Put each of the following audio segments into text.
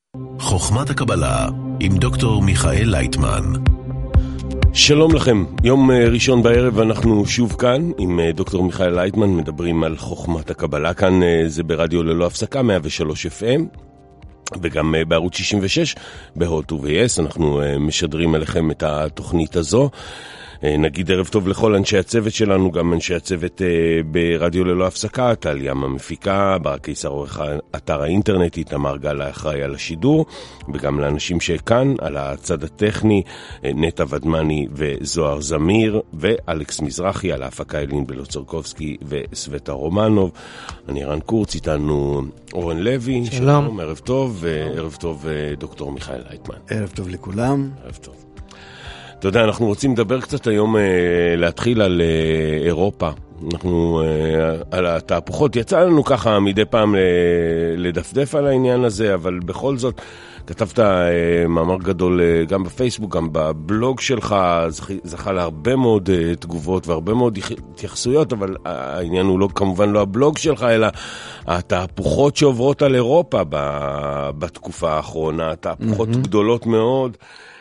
חוכמת הקבלה עם דוקטור מיכאל לייטמן. שלום לכם, יום ראשון בערב אנחנו שוב כאן עם דוקטור מיכאל לייטמן, מדברים על חוכמת הקבלה. כאן זה ברדיו ללא הפסקה 103 FM וגם בערוץ 66 בהוט וב-yes. אנחנו משדרים אליכם את התוכנית הזו. נגיד ערב טוב לכל אנשי הצוות שלנו, גם אנשי הצוות ברדיו ללא הפסקה, טל ים המפיקה, ברק קיסר עורך אתר האינטרנט, איתמר גל האחראי על השידור, וגם לאנשים שכאן על הצד הטכני, נטע ודמני וזוהר זמיר, ואלכס מזרחי על ההפקה, אלין בלוצרקובסקי וסווטה רומנוב. אני רן קורץ, איתנו אורן לוי. שלום. ערב טוב, וערב טוב דוקטור מיכאל לייטמן. ערב טוב לכולם. ערב טוב. אתה יודע, אנחנו רוצים לדבר קצת היום, להתחיל על אירופה. אנחנו על התהפוכות, יצא לנו ככה מדי פעם לדפדף על העניין הזה, אבל בכל זאת כתבת מאמר גדול גם בפייסבוק, גם בבלוג שלך, זכה להרבה מאוד תגובות והרבה מאוד התייחסויות, אבל העניין הוא לא, כמובן לא הבלוג שלך, אלא התהפוכות שעוברות על אירופה בתקופה האחרונה, תהפוכות גדולות מאוד.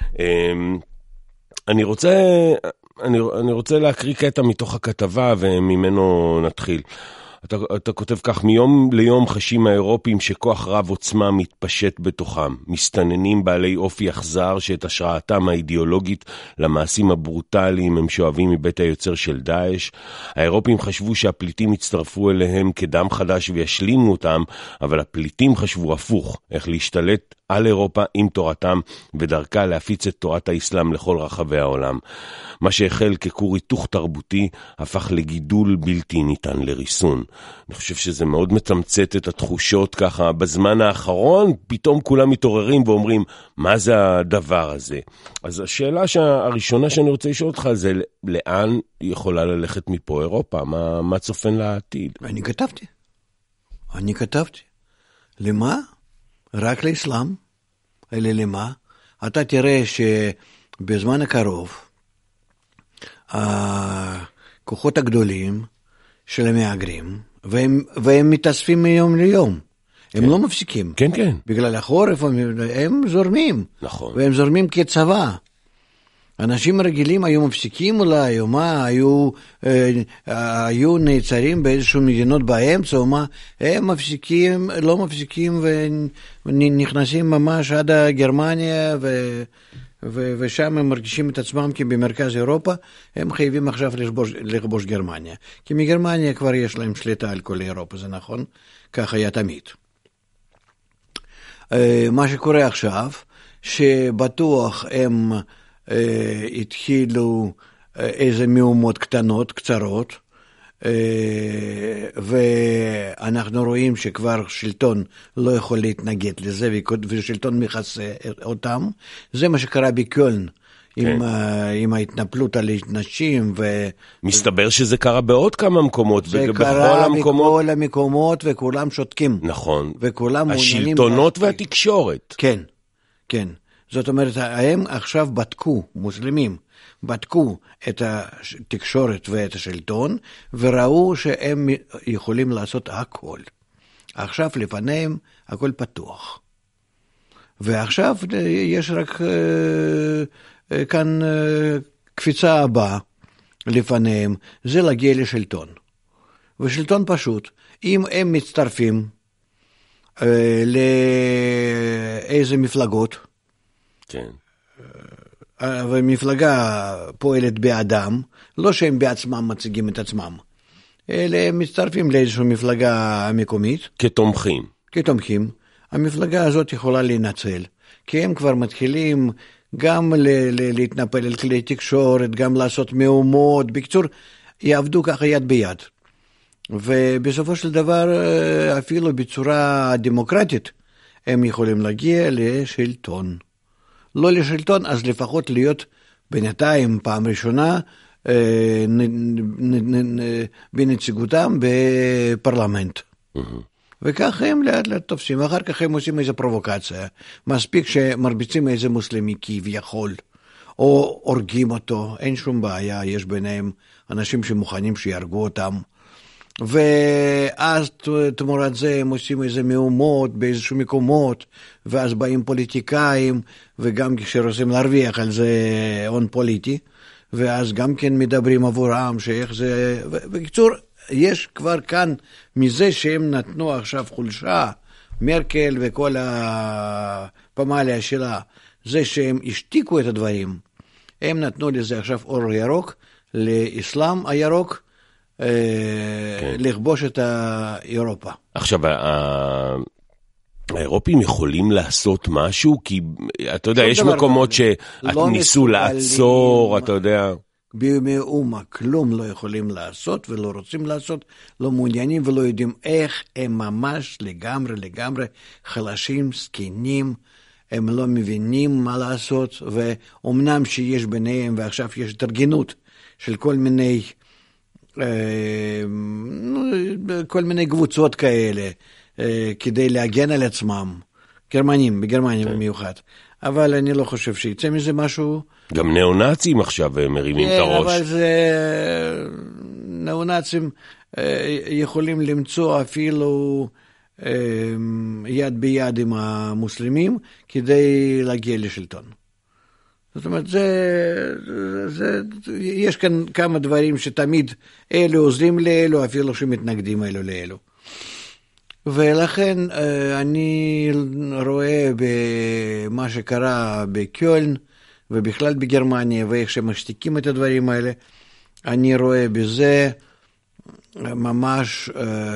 אני רוצה להקריא קטע מתוך הכתבה וממנו נתחיל. אתה כותב כך: מיום ליום חשים האירופים שכוח רב עוצמה מתפשט בתוכם, מסתננים בעלי אופי אכזר שאת השראתם האידיאולוגית למעשים הברוטליים הם שואבים מבית היוצר של דאעש. האירופים חשבו שהפליטים יצטרפו אליהם כדם חדש וישלימו אותם, אבל הפליטים חשבו הפוך, איך להשתלט על אירופה עם תורתם ודרכה להפיץ את תורת האסלאם לכל רחבי העולם. מה שהחל ככור היתוך תרבותי הפך לגידול בלתי ניתן לריסון. אני חושב שזה מאוד מתמצת את התחושות ככה. בזמן האחרון פתאום כולם מתעוררים ואומרים, מה זה הדבר הזה? אז השאלה הראשונה שאני רוצה לשאול אותך זה, לאן יכולה ללכת מפה אירופה? מה צופן לעתיד? אני כתבתי. למה? רק לאסלאם. אלא למה? אתה תראה שבזמן הקרוב הכוחות הגדולים של המהגרים, והם מתאספים מיום ליום. הם לא מפסיקים. כן, כן. בגלל החורף הם זורמים. נכון. והם זורמים כצבא. אנשים רגילים היו מפסיקים אולי, או מה, היו נעצרים באיזשהו מדינות באמצע, או מה, הם מפסיקים, לא מפסיקים, ונכנסים ממש עד גרמניה, ושם הם מרגישים את עצמם כי במרכז אירופה, הם חייבים עכשיו לכבוש גרמניה. כי מגרמניה כבר יש להם שליטה על כל אירופה, זה נכון? כך היה תמיד. מה שקורה עכשיו, שבטוח הם התחילו איזה מהומות קטנות, קצרות, ואנחנו רואים שכבר שלטון לא יכול להתנגד לזה, ושלטון מכסה אותם. זה מה שקרה בקולן, עם ההתנפלות על נשים. מסתבר שזה קרה בעוד כמה מקומות. זה קרה בכל המקומות, וכולם שותקים. נכון. וכולם השלטונות והתקשורת. כן, כן. זאת אומרת, הם עכשיו מוסלמים, בדקו את התקשורת ואת השלטון, וראו שהם יכולים לעשות הכל. עכשיו לפניהם הכל פתוח. ועכשיו יש רק כאן קפיצה הבאה לפניהם, זה להגיע לשלטון. ושלטון פשוט, אם הם מצטרפים לאיזה מפלגות, כן. ומפלגה פועלת באדם, לא שהם בעצמם מציגים את עצמם, אלא הם מצטרפים לאיזושהי מפלגה מקומית. כתומכים. המפלגה הזאת יכולה להינצל, כי הם כבר מתחילים גם להתנפל על כלי תקשורת, גם לעשות מהומות, בקצור, יעבדו ככה יד ביד. ובסופו של דבר, אפילו בצורה דמוקרטית, הם יכולים להגיע לשלטון. לא לשלטון, אז לפחות להיות בינתיים פעם ראשונה בנציגותם בפרלמנט. וכך הם לאט לאט תופסים, אחר כך הם עושים איזו פרובוקציה, מספיק שמרביצים איזה מוסלמי כביכול, או הורגים אותו, אין שום בעיה, יש ביניהם אנשים שמוכנים שירגו אותם, ואז תמורת זה הם עושים איזה מהומות באיזשהו מקומות, ואז באים פוליטיקאים, וגם כשרוצים להרוויח על זה הון פוליטי, ואז גם כן מדברים עבורם, שאיך זה... בקיצור, יש כבר כאן, מזה שהם נתנו עכשיו חולשה, מרקל וכל הפמליה שלה, זה שהם השתיקו את הדברים, הם נתנו לזה עכשיו אור ירוק, לאסלאם הירוק, לכבוש את אירופה. עכשיו, האירופים יכולים לעשות משהו? כי אתה יודע, יש מקומות שניסו לעצור, אתה יודע... במאומה, כלום לא יכולים לעשות ולא רוצים לעשות, לא מעוניינים ולא יודעים איך, הם ממש לגמרי חלשים, סקינים, הם לא מבינים מה לעשות, ואומנם שיש ביניהם, ועכשיו יש התארגנות של כל מיני קבוצות כאלה, כדי להגן על עצמם, בגרמניה במיוחד. אבל אני לא חושב שיצא מזה משהו. גם ניאו-נאצים עכשיו מרימים את הראש. אבל ניאו-נאצים יכולים למצוא אפילו יד ביד עם המוסלמים, כדי להגיע לשלטון. זאת אומרת, יש כאן כמה דברים שתמיד אלו עוזרים לאלו, אפילו שמתנגדים אלו לאלו. ולכן אני רואה במה שקרה בקיולן, ובכלל בגרמניה, ואיך שמשתיקים את הדברים האלה, אני רואה בזה ממש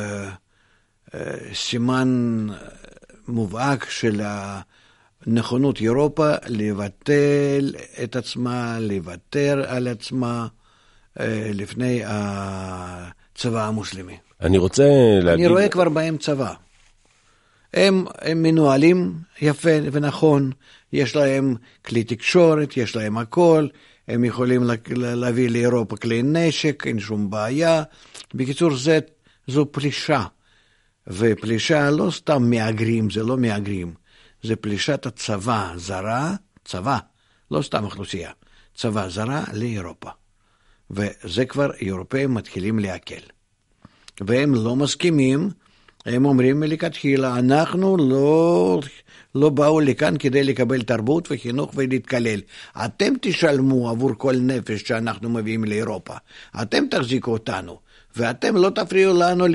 סימן מובהק של נכונות אירופה לבטל את עצמה, לוותר על עצמה לפני הצבא המוסלמי. אני רוצה להגיד... אני רואה כבר בהם צבא. הם מנוהלים יפה ונכון, יש להם כלי תקשורת, יש להם הכל, הם יכולים להביא לאירופה כלי נשק, אין שום בעיה. בקיצור, זו פלישה. ופלישה לא סתם מאגרים, זה לא מאגרים. זה פלישת הצבא זרה, צבא, לא סתם אוכלוסייה, צבא זרה לאירופה. וזה כבר אירופאים מתחילים להקל. והם לא מסכימים, הם אומרים מלכתחילה, אנחנו לא באו לכאן כדי לקבל תרבות וחינוך ולהתקלל. אתם תשלמו עבור כל נפש שאנחנו מביאים לאירופה. אתם תחזיקו אותנו, ואתם לא תפריעו לנו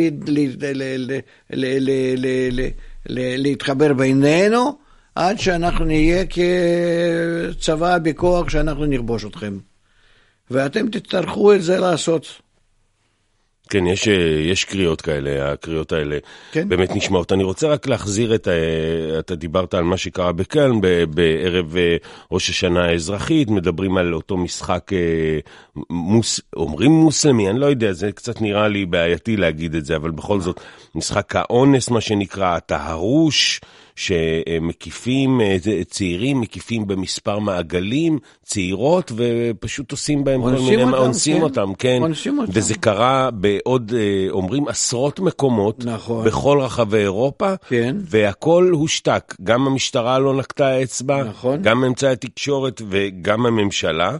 להתחבר בינינו, עד שאנחנו נהיה כצבא בכוח שאנחנו נכבוש אתכם. ואתם תצטרכו את זה לעשות. כן, יש קריאות כאלה, הקריאות האלה כן. באמת נשמעות. אני רוצה רק להחזיר אתה דיברת על מה שקרה בקלן, בערב ראש השנה האזרחית, מדברים על אותו משחק, אומרים מוסלמי, אני לא יודע, זה קצת נראה לי בעייתי להגיד את זה, אבל בכל זאת, משחק האונס, מה שנקרא, התהרוש, שמקיפים, צעירים מקיפים במספר מעגלים, צעירות, ופשוט עושים בהם כל מיני, אונסים אותם, כן. וזה קרה בעוד, אומרים, עשרות מקומות, נכון. בכל רחבי אירופה, כן. והכל הושתק. גם המשטרה לא נקטה אצבע, נכון. גם אמצעי התקשורת וגם הממשלה.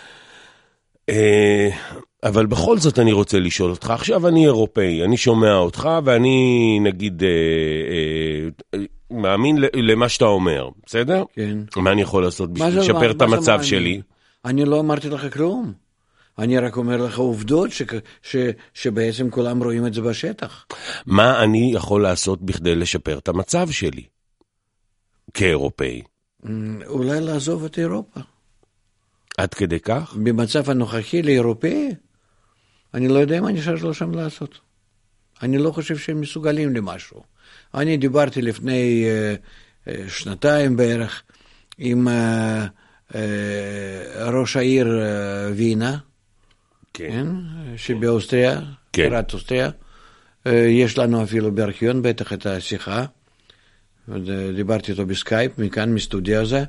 אבל בכל זאת אני רוצה לשאול אותך, עכשיו אני אירופאי, אני שומע אותך, ואני נגיד... מאמין למה שאתה אומר, בסדר? כן. מה אני יכול לעשות בשביל לשפר את המצב שלי? אני לא אמרתי לך כלום. אני רק אומר לך עובדות שבעצם כולם רואים את זה בשטח. מה אני יכול לעשות בכדי לשפר את המצב שלי? כאירופאי. אולי לעזוב את אירופה. עד כדי כך? במצב הנוכחי לאירופאי, אני לא יודע מה נשאר לו שם לעשות. אני לא חושב שהם מסוגלים למשהו. אני דיברתי לפני שנתיים בערך עם ראש העיר וינה, כן. שבאוסטריה, בירת אוסטריה. יש לנו אפילו בארכיון בטח את השיחה. דיברתי איתו בסקייפ, מכאן, מסטודיה הזה.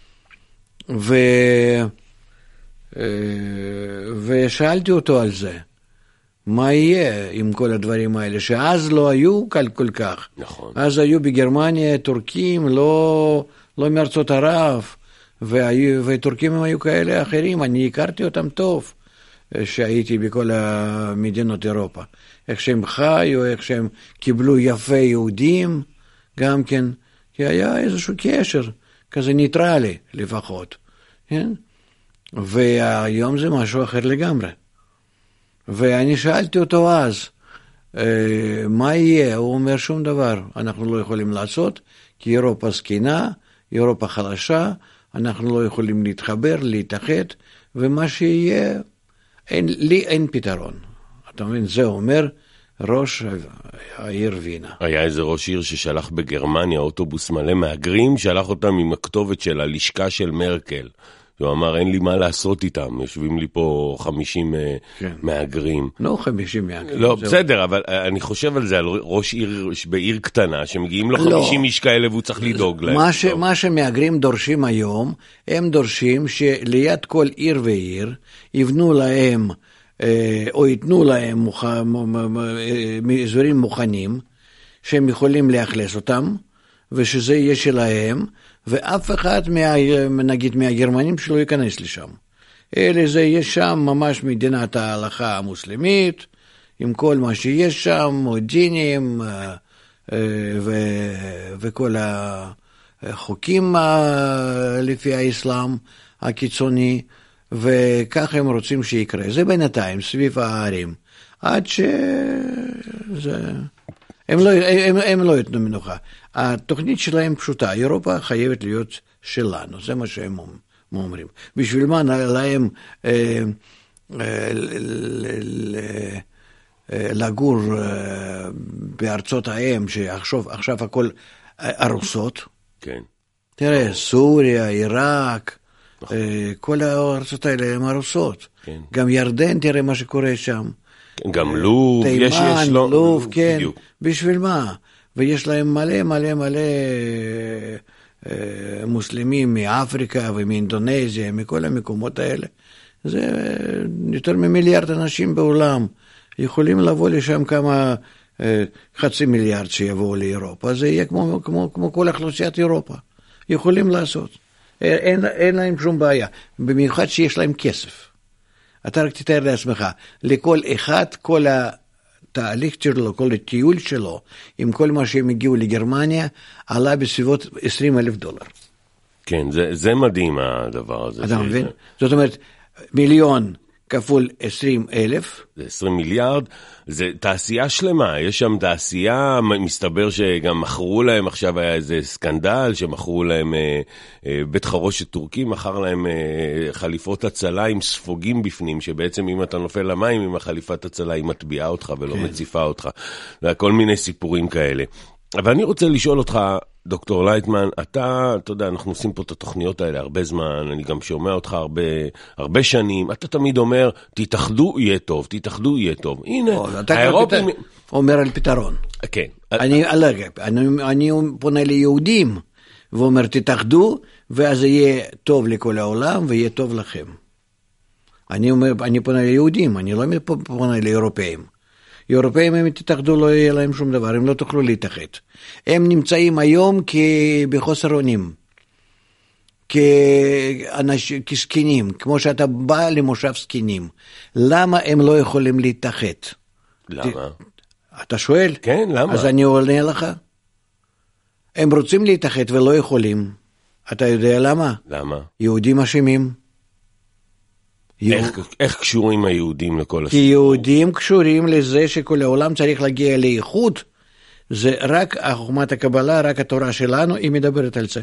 ושאלתי אותו על זה. מה יהיה עם כל הדברים האלה, שאז לא היו כל כך. נכון. אז היו בגרמניה טורקים, לא מארצות ערב, וטורקים הם היו כאלה אחרים, אני הכרתי אותם טוב. שהייתי בכל המדינות אירופה. איך שהם חיו, איך שהם קיבלו יפה יהודים, גם כן, כי היה איזשהו קשר, כזה ניטרלי לפחות. כן? והיום זה משהו אחר לגמרי. ואני שאלתי אותו אז, מה יהיה? הוא אומר שום דבר, אנחנו לא יכולים לעשות, כי אירופה זקנה, אירופה חלשה, אנחנו לא יכולים להתחבר, להתאחד, ומה שיהיה, לי אין פתרון. אתה מבין, זה אומר ראש העיר וינה. היה איזה ראש עיר ששלח בגרמניה אוטובוס מלא מהגרים, שלח אותם עם הכתובת של הלשכה של מרקל. הוא אמר, אין לי מה לעשות איתם, יושבים לי פה 50 מהגרים. לא 50 מהגרים. לא, בסדר, אבל אני חושב על זה, על ראש עיר בעיר קטנה, שמגיעים לו 50 איש כאלה והוא צריך לדאוג להם. מה שמהגרים דורשים היום, הם דורשים שליד כל עיר ועיר, יבנו להם, או ייתנו להם אזורים מוכנים, שהם יכולים לאכלס אותם, ושזה יהיה שלהם, ואף אחד נגיד מהגרמנים שלא ייכנס לשם. אלא זה יש שם ממש מדינת ההלכה המוסלמית, עם כל מה שיש שם, מודינים, וכל החוקים לפי האסלאם הקיצוני, וכך הם רוצים שיקרה. זה בינתיים, סביב הערים, עד הם לא יתנו מנוחה. התוכנית שלהם פשוטה, אירופה חייבת להיות שלנו, זה מה שהם אומרים. בשביל מה להם לגור בארצות האם, שעכשיו הכל ארוסות. כן. תראה, סוריה, עיראק, כל הארצות האלה הם ארוסות. כן. גם ירדן, תראה מה שקורה שם. גם לוב, יש לו... לוב, כן. בדיוק. בשביל מה? ויש להם מלא מוסלמים מאפריקה ומאינדונזיה, מכל המקומות האלה. זה יותר ממיליארד אנשים בעולם. יכולים לבוא לשם כמה, 500 מיליון שיבואו לאירופה. זה יהיה כמו כל אוכלוסיית אירופה. יכולים לעשות. אין להם שום בעיה. במיוחד שיש להם כסף. אתה רק תתאר לעצמך, לכל אחד, כל התהליך שלו, כל הטיול שלו, עם כל מה שהם הגיעו לגרמניה, עלה בסביבות $20,000. כן, זה מדהים הדבר הזה. אתה מבין? זאת אומרת, 1,000,000 כפול 20,000. זה 20 מיליארד, זה תעשייה שלמה, יש שם תעשייה, מסתבר שגם מכרו להם, עכשיו היה איזה סקנדל, שמכרו להם בית חרושת טורקי, מכר להם חליפות הצלה עם ספוגים בפנים, שבעצם אם אתה נופל למים עם החליפת הצלה, היא מטביעה אותך ולא מציפה אותך, וכל מיני סיפורים כאלה. אבל אני רוצה לשאול אותך, דוקטור לייטמן, אתה יודע, אנחנו עושים פה את התוכניות האלה הרבה זמן, אני גם שומע אותך הרבה שנים, אתה תמיד אומר, תתאחדו יהיה טוב, תתאחדו יהיה טוב. הנה, האירופים... אומר על פתרון. כן. אני פונה ליהודים, ואומר, תתאחדו, ואז יהיה טוב לכל העולם, ויהיה טוב לכם. אני פונה ליהודים, אני לא פונה לאירופאים. אירופאים הם תתאחדו, לא יהיה להם שום דבר, הם לא תוכלו להתאחד. הם נמצאים היום בחוסר אונים, כסקינים, כמו שאתה בא למושב סקינים. למה הם לא יכולים להתאחד? למה? אתה שואל? כן, למה? אז אני עונה לך. הם רוצים להתאחד ולא יכולים. אתה יודע למה? למה? יהודים אשמים. איך קשורים היהודים לכל הסיפור? כי יהודים קשורים לזה שכל העולם צריך להגיע לאיחוד, זה רק חוכמת הקבלה, רק התורה שלנו, היא מדברת על זה.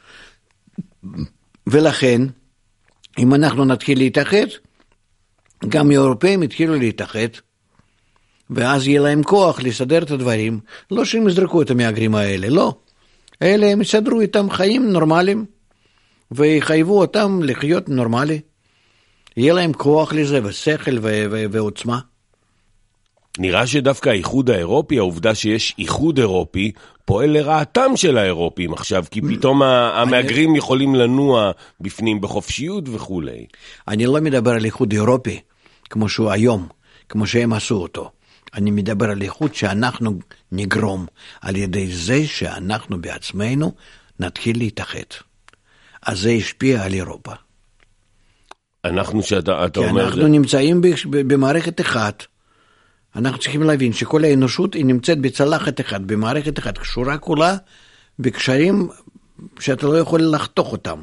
ולכן, אם אנחנו נתחיל להתאחד, גם האירופאים התחילו להתאחד, ואז יהיה להם כוח לסדר את הדברים, לא שהם יזרקו את המהגרים האלה, לא. אלה הם יסדרו איתם חיים נורמליים, ויחייבו אותם לחיות נורמלי. יהיה להם כוח לזה, ושכל ועוצמה. נראה שדווקא האיחוד האירופי, העובדה שיש איחוד אירופי, פועל לרעתם של האירופים עכשיו, כי פתאום המהגרים יכולים לנוע בפנים בחופשיות וכו'. אני לא מדבר על איחוד אירופי, כמו שהוא היום, כמו שהם עשו אותו. אני מדבר על איחוד שאנחנו נגרום, על ידי זה שאנחנו בעצמנו נתחיל להתאחד. אז זה השפיע על אירופה. אנחנו שאתה אומר... כי אנחנו נמצאים במערכת אחת. אנחנו צריכים להבין שכל האנושות היא נמצאת בצלחת אחת, במערכת אחת, קשורה כולה בקשרים שאתה לא יכול לחתוך אותם,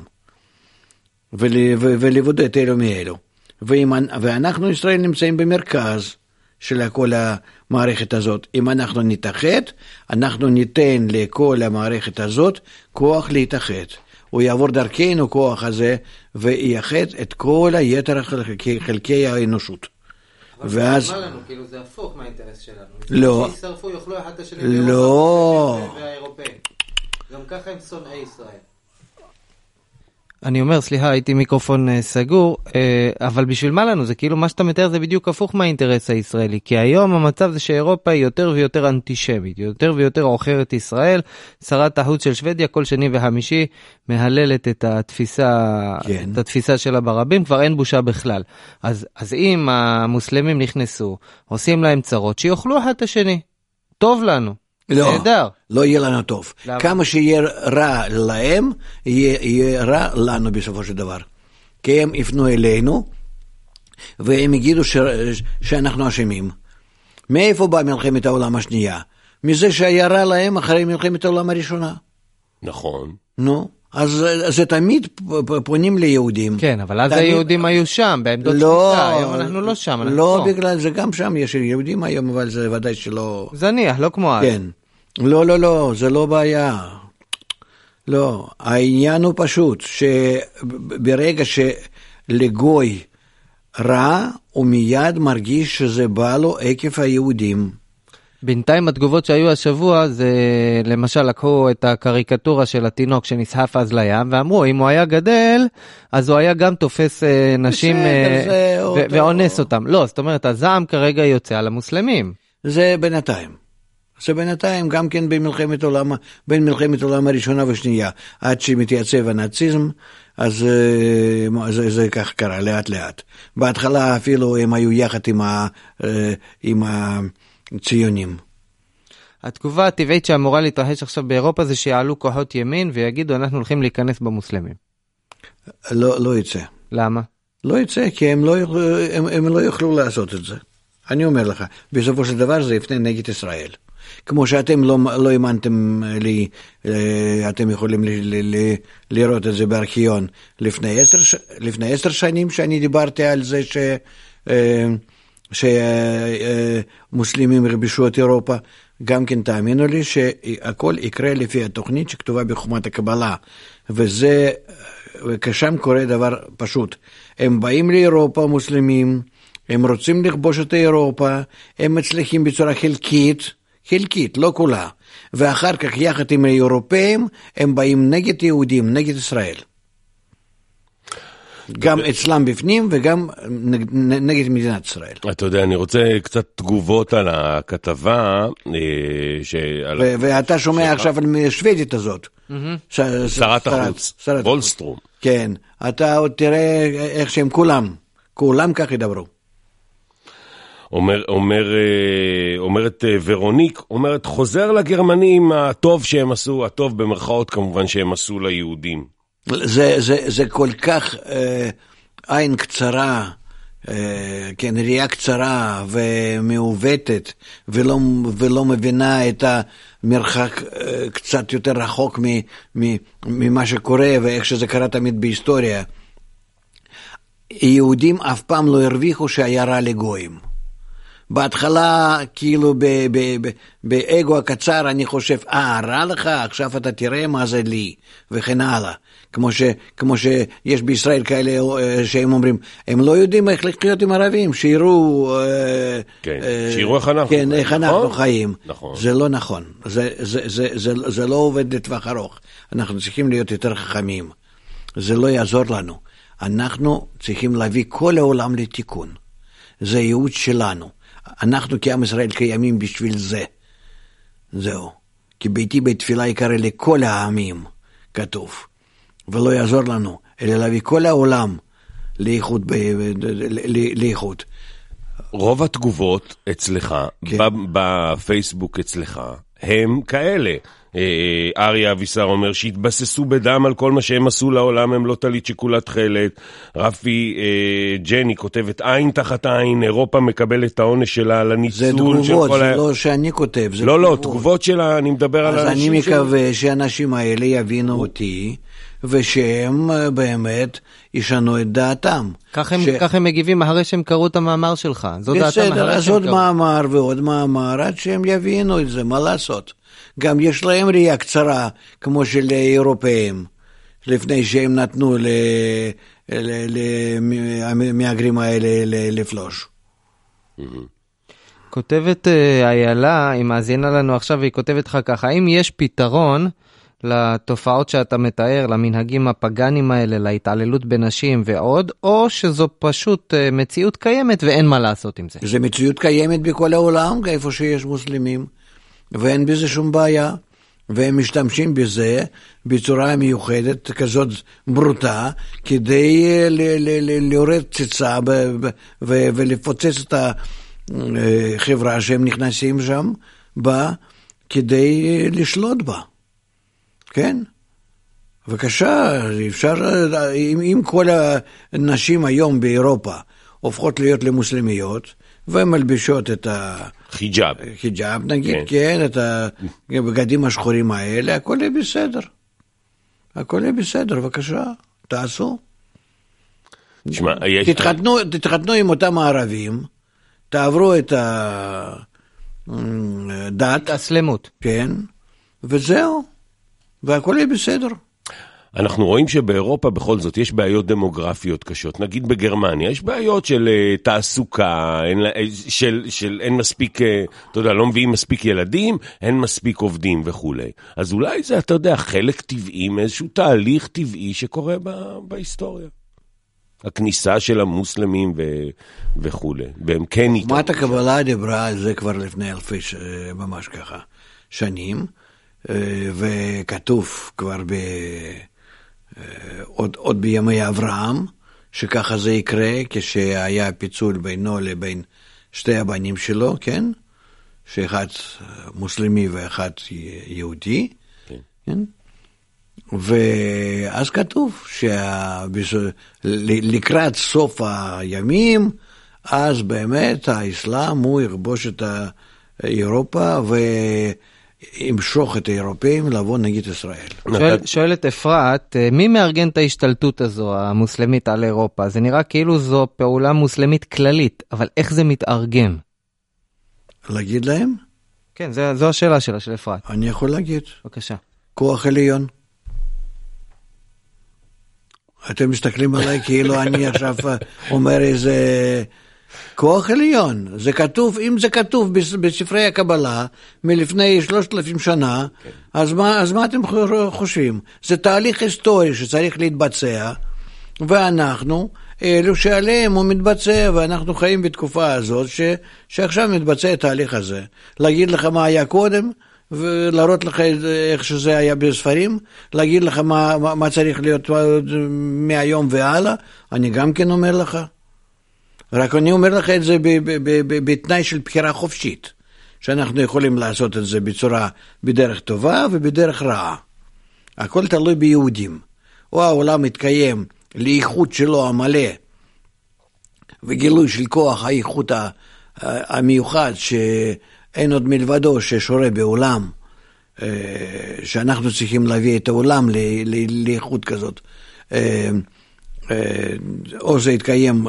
ולבודד אלו מאלו. ואנחנו ישראל נמצאים במרכז של כל המערכת הזאת. אם אנחנו נתאחד, אנחנו ניתן לכל המערכת הזאת כוח להתאחד. הוא יעבור דרכנו כוח הזה, ויחד את כל היתר חלקי האנושות. ואז... אבל לנו, כאילו זה הפוך מהאינטרס שלנו. לא. שישרפו, יאכלו אחד את השני לא. והאירופאים. גם ככה הם שונאי ישראל. אני אומר, סליחה, הייתי מיקרופון סגור, אבל בשביל מה לנו? זה כאילו מה שאתה מתאר זה בדיוק הפוך מהאינטרס הישראלי, כי היום המצב זה שאירופה היא יותר ויותר אנטישמית, יותר ויותר עוכרת ישראל. שרת החוץ של שוודיה כל שני וחמישי מהללת את התפיסה שלה ברבים, כבר אין בושה בכלל. אז אם המוסלמים נכנסו, עושים להם צרות, שיאכלו אחד את השני. טוב לנו. לא, נהדר. לא יהיה לנו טוב. למה? כמה שיהיה רע להם, יהיה רע לנו בסופו של דבר. כי הם יפנו אלינו, והם יגידו שאנחנו אשמים. מאיפה באה מלחמת העולם השנייה? מזה שהיה רע להם אחרי מלחמת העולם הראשונה. נכון. נו, אז זה תמיד פונים ליהודים. כן, אבל אז היהודים היו שם, בעמדות שליטה, היום אנחנו לא שם. לא, בגלל זה גם שם יש יהודים היום, אבל זה ודאי שלא... זניח, לא כמו אז. כן. לא, זה לא בעיה. לא, העניין הוא פשוט, שברגע שלגוי רע, הוא מיד מרגיש שזה בא לו עקב היהודים. בינתיים התגובות שהיו השבוע זה למשל לקחו את הקריקטורה של התינוק שנסחף אז לים ואמרו אם הוא היה גדל אז הוא היה גם תופס נשים ואונס אותם. לא, זאת אומרת הזעם כרגע יוצא על המוסלמים. זה בינתיים גם כן בין מלחמת העולם הראשונה והשנייה עד שמתייצב הנאציזם, אז זה כך קרה לאט לאט. בהתחלה אפילו הם היו יחד עם ציונים. התגובה הטבעית שאמורה להתרחש עכשיו באירופה זה שיעלו כוחות ימין ויגידו אנחנו הולכים להיכנס במוסלמים. לא יצא. למה? לא יצא כי הם לא יוכלו לעשות את זה. אני אומר לך, בסופו של דבר זה יפנה נגד ישראל. כמו שאתם לא האמנתם לי, אתם יכולים לראות את זה בארכיון. לפני 10 שנים שאני דיברתי על זה שמוסלמים ירבשו את אירופה, גם כן תאמינו לי שהכל יקרה לפי התוכנית שכתובה בחומת הקבלה, וכשם קורה דבר פשוט. הם באים לאירופה מוסלמים, הם רוצים לכבוש את אירופה, הם מצליחים בצורה חלקית, לא כולה, ואחר כך יחד עם האירופאים הם באים נגד יהודים, נגד ישראל. גם אצלם בפנים וגם נגד מדינת ישראל. אתה יודע, אני רוצה קצת תגובות על הכתבה. ואתה שומע עכשיו על השוודית הזאת. שרת החוץ, וולסטרום. כן, אתה עוד תראה איך שהם כולם כך ידברו. אומרת ורוניק, חוזר לגרמנים הטוב שהם עשו, הטוב במרכאות כמובן שהם עשו ליהודים. זה כל כך עין קצרה, כן, ראייה קצרה ומעוותת, ולא מבינה את המרחק קצת יותר רחוק ממה שקורה ואיך שזה קרה תמיד בהיסטוריה. יהודים אף פעם לא הרוויחו שהיה רע לגויים. בהתחלה כאילו באגו הקצר אני חושב רע לך, עכשיו אתה תראה מה זה לי וכן הלאה, כמו שיש בישראל כאלה שהם אומרים הם לא יודעים איך לחיות עם ערבים, שיראו איך אנחנו חיים. זה לא נכון, זה לא עובד לטווח ארוך. אנחנו צריכים להיות יותר חכמים, זה לא יעזור לנו. אנחנו צריכים להביא כל העולם לתיקון, זה ייעוד שלנו. אנחנו כעם ישראל קיימים בשביל זה. זהו. כי ביתי בית תפילה יקרא לכל העמים, כתוב. ולא יעזור לנו, אלא להביא כל העולם לאיחוד. רוב התגובות אצלך, בפייסבוק אצלך, הם כאלה. אריה אבישר אומר שהתבססו בדם על כל מה שהם עשו לעולם, הם לא טלית שכולה תכלת. רפי ג'ני כותבת עין תחת עין, אירופה מקבלת את העונש שלה על הניצול. זה תגובות, זה לא שאני כותב, זה לא, לא, תגובות שלה, אני מדבר על האנשים. אז אני מקווה שהאנשים האלה יבינו אותי, ושהם באמת ישנו את דעתם. כך הם מגיבים אחרי שהם קראו את המאמר שלך. בסדר, אז עוד מאמר ועוד מאמר, עד שהם יבינו את זה, מה לעשות? גם יש להם ראייה קצרה, כמו של אירופאים, לפני שהם נתנו למהגרים האלה לפלוש. כותבת איילה, היא מאזינה לנו עכשיו, והיא כותבת לך ככה, האם יש פתרון לתופעות שאתה מתאר, למנהגים הפגנים האלה, להתעללות בנשים ועוד, או שזו פשוט מציאות קיימת ואין מה לעשות עם זה? זה מציאות קיימת בכל העולם, איפה שיש מוסלמים, ואין בזה שום בעיה, והם משתמשים בזה בצורה מיוחדת, כזאת ברוטה, כדי לעורר ציצה ולפוצץ את החברה שהם נכנסים שם בה, כדי לשלוט בה. כן? בבקשה, אפשר, אם כל הנשים היום באירופה הופכות להיות למוסלמיות, ומלבישות את חיג'אב. חיג'אב, נגיד, כן, את הבגדים השחורים האלה, הכל יהיה בסדר. הכל יהיה בסדר, בבקשה, תעשו. תתחתנו עם אותם הערבים, תעברו את הדת. את הסלמות. כן, וזהו. והכל יהיה בסדר. אנחנו רואים שבאירופה בכל זאת יש בעיות דמוגרפיות קשות. נגיד בגרמניה יש בעיות של תעסוקה, של אין מספיק, אתה יודע, לא מביאים מספיק ילדים, אין מספיק עובדים וכו'. אז אולי זה, אתה יודע, חלק טבעי, איזשהו תהליך טבעי שקורה בהיסטוריה. הכניסה של המוסלמים וכו'. והם כן איתם. חוכמת הקבלה דיברה על זה כבר לפני ממש ככה שנים, וכתוב כבר עוד בימי אברהם, שככה זה יקרה, כשהיה פיצול בינו לבין שתי הבנים שלו, כן? שאחד מוסלמי ואחד יהודי, כן? ואז כתוב שלקראת סוף הימים, אז באמת האסלאם הוא יכבוש את אירופה ימשוך את האירופאים לבוא נגד ישראל. שואלת אפרת, מי מארגן את ההשתלטות הזו, המוסלמית על אירופה? זה נראה כאילו זו פעולה מוסלמית כללית, אבל איך זה מתארגן? להגיד להם? כן, זו השאלה שלה, של אפרת. אני יכול להגיד. בבקשה. כוח עליון. אתם מסתכלים עליי כאילו אני עכשיו אומר איזה כוח עליון. זה כתוב, אם זה כתוב בספרי הקבלה מלפני 3,000 שנה, אז מה אתם חושבים? זה תהליך היסטורי שצריך להתבצע, ואנחנו, אלו שעליהם הוא מתבצע, ואנחנו חיים בתקופה הזאת שעכשיו מתבצע את התהליך הזה. להגיד לך מה היה קודם, ולהראות לך איך שזה היה בספרים, להגיד לך מה צריך להיות מהיום והלאה, אני גם כן אומר לך. רק אני אומר לך את זה בתנאי של בחירה חופשית, שאנחנו יכולים לעשות את זה בדרך טובה ובדרך רעה. הכל תלוי ביהודים. או העולם מתקיים לאיכות שלו המלא, וגילוי של כוח האיכות המיוחד שאין עוד מלבדו ששורה בעולם, שאנחנו צריכים להביא את העולם לאיכות כזאת. או זה יתקיים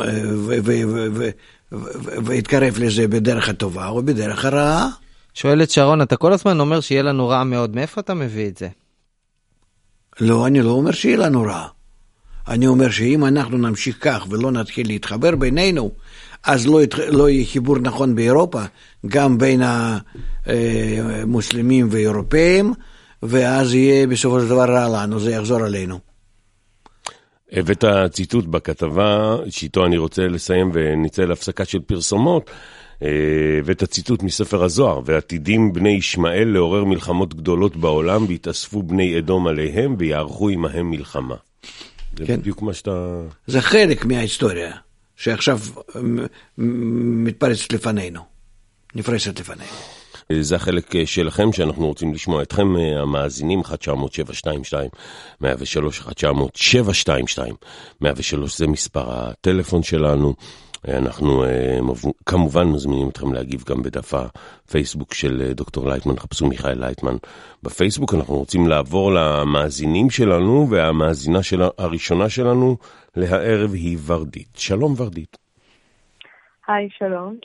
ויתקרב לזה בדרך הטובה או בדרך הרעה. שואלת שרון, אתה כל הזמן אומר שיהיה לנו רע מאוד, מאיפה אתה מביא את זה? לא, אני לא אומר שיהיה לנו רע. אני אומר שאם אנחנו נמשיך כך ולא נתחיל להתחבר בינינו, אז לא יהיה חיבור נכון באירופה, גם בין המוסלמים ואירופאים, ואז יהיה בסופו של דבר רע לנו, זה יחזור עלינו. הבאת ציטוט בכתבה, שאיתו אני רוצה לסיים ונצא להפסקה של פרסומות, הבאת ציטוט מספר הזוהר, ועתידים בני ישמעאל לעורר מלחמות גדולות בעולם, והתאספו בני אדום עליהם, ויערכו עמהם מלחמה. זה כן. בדיוק מה שאתה... זה חלק מההיסטוריה, שעכשיו מתפרצת לפנינו, נפרסת לפנינו. זה החלק שלכם שאנחנו רוצים לשמוע אתכם, המאזינים, 1-900-722-103, 1-900-722-103, זה מספר הטלפון שלנו. אנחנו כמובן מזמינים אתכם להגיב גם בדף הפייסבוק של דוקטור לייטמן, חפשו מיכאל לייטמן בפייסבוק. אנחנו רוצים לעבור למאזינים שלנו, והמאזינה הראשונה שלנו להערב היא ורדית. שלום ורדית. היי, שלום.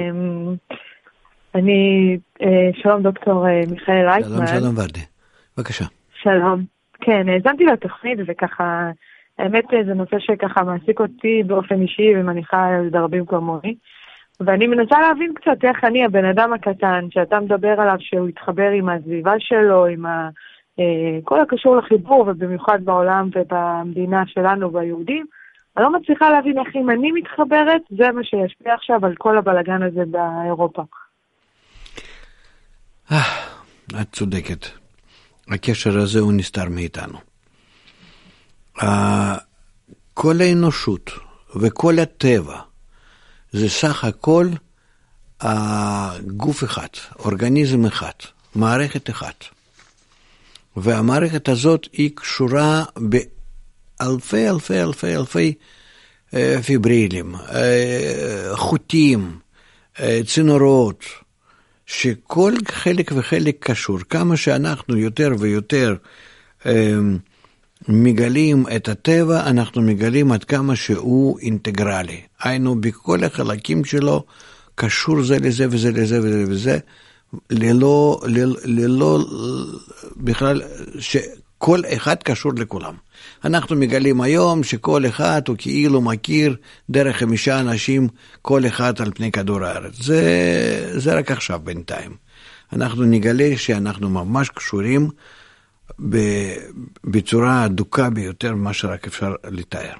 שלום דוקטור מיכאל לייטמן. שלום ורדי, בבקשה. שלום. כן, האזנתי לתוכנית וככה, האמת זה נושא שככה מעסיק אותי באופן אישי ומניחה על רבים כמוני, ואני מנסה להבין קצת איך אני, הבן אדם הקטן, שאתה מדבר עליו שהוא יתחבר עם הסביבה שלו, עם כל הקשור לחיבור, ובמיוחד בעולם ובמדינה שלנו ביהודים, אני לא מצליחה להבין איך אם אני מתחברת, זה מה שישפיע עכשיו על כל הבלגן הזה באירופה. את צודקת. הקשר הזה הוא נסתר מאיתנו. כל האנושות וכל הטבע זה סך הכל גוף אחד, אורגניזם אחד, מערכת אחת. והמערכת הזאת היא קשורה אלפי פיברילים, חוטים, צינורות, שכל חלק וחלק קשור. כמה שאנחנו יותר ויותר מגלים את הטבע, אנחנו מגלים עד כמה שהוא אינטגרלי. היינו בכל החלקים שלו קשור זה לזה וזה לזה וזה וזה, ללא בכלל שכל אחד קשור לכולם. אנחנו מגלים היום שכל אחד הוא כאילו מכיר דרך 5 אנשים, כל אחד על פני כדור הארץ. זה רק עכשיו בינתיים. אנחנו נגלה שאנחנו ממש קשורים בצורה הדוקה ביותר מה שרק אפשר לתאר.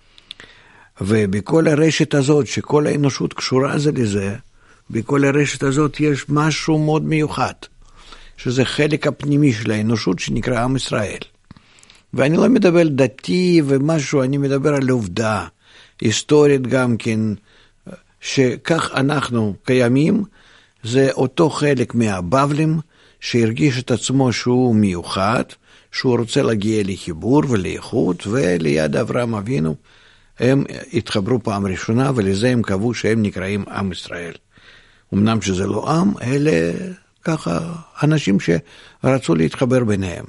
ובכל הרשת הזאת, שכל האנושות קשורה זה לזה, בכל הרשת הזאת יש משהו מאוד מיוחד, שזה חלק הפנימי של האנושות שנקרא עם ישראל. ואני לא מדבר דתי ומשהו, אני מדבר על עובדה, היסטורית גם כן, שכך אנחנו קיימים, זה אותו חלק מהבבלים, שהרגיש את עצמו שהוא מיוחד, שהוא רוצה להגיע לחיבור ולאיכות, וליד אברהם אבינו הם התחברו פעם ראשונה, ולזה הם קבעו שהם נקראים עם ישראל. אמנם שזה לא עם, אלה ככה אנשים שרצו להתחבר ביניהם.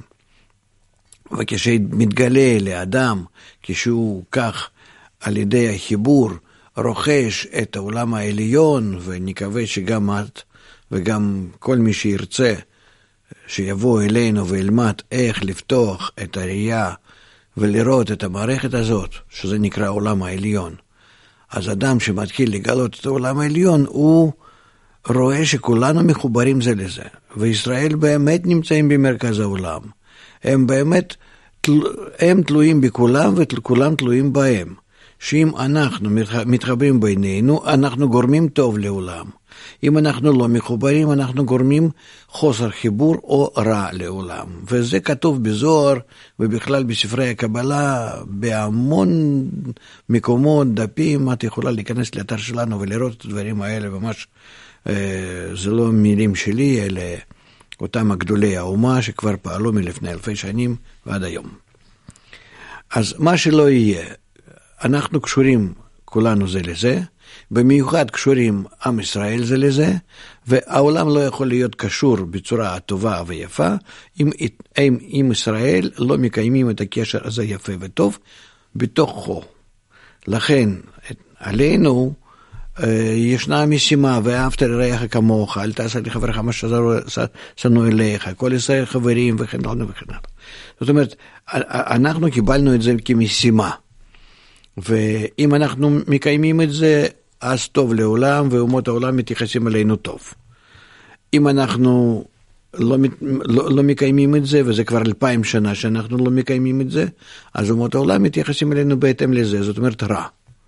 וכשמתגלה לאדם, כשהוא כך על ידי החיבור רוכש את העולם העליון, ונקווה שגם את וגם כל מי שירצה שיבוא אלינו וילמד איך לפתוח את הראייה ולראות את המערכת הזאת, שזה נקרא העולם העליון. אז אדם שמתחיל לגלות את העולם העליון, הוא רואה שכולנו מחוברים זה לזה. וישראל באמת נמצאים במרכז העולם. הם באמת, הם תלויים בכולם וכולם תלויים בהם. שאם אנחנו מתחברים בינינו, אנחנו גורמים טוב לעולם. אם אנחנו לא מחוברים, אנחנו גורמים חוסר חיבור או רע לעולם. וזה כתוב בזוהר ובכלל בספרי הקבלה, בהמון מקומות, דפים. את יכולה להיכנס לאתר שלנו ולראות את הדברים האלה ממש. זה לא מילים שלי, אלה אותם הגדולי האומה שכבר פעלו מלפני 1000 שנים ועד היום. אז מה שלא יהיה, אנחנו קשורים כולנו זה לזה, במיוחד קשורים עם ישראל זה לזה, והעולם לא יכול להיות קשור בצורה טובה ויפה, אם ישראל לא מקיימים את הקשר הזה יפה וטוב בתוכו. לכן עלינו ישנה משימה, ואהבת לרעך כמוך, אל תעשה לחברך מה ששנוא אליך, כל ישראל חברים וכן הלאה וכן הלאה. זאת אומרת, אנחנו קיבלנו את זה כמשימה, ואם אנחנו מקיימים את זה, אז טוב לעולם, ואומות העולם מתייחסים אלינו טוב. אם אנחנו לא מקיימים את זה, וזה כבר 2000 שנה שאנחנו לא מקיימים את זה, אז אומות העולם מתייחסים אלינו בהתאם לזה, זאת אומרת רע.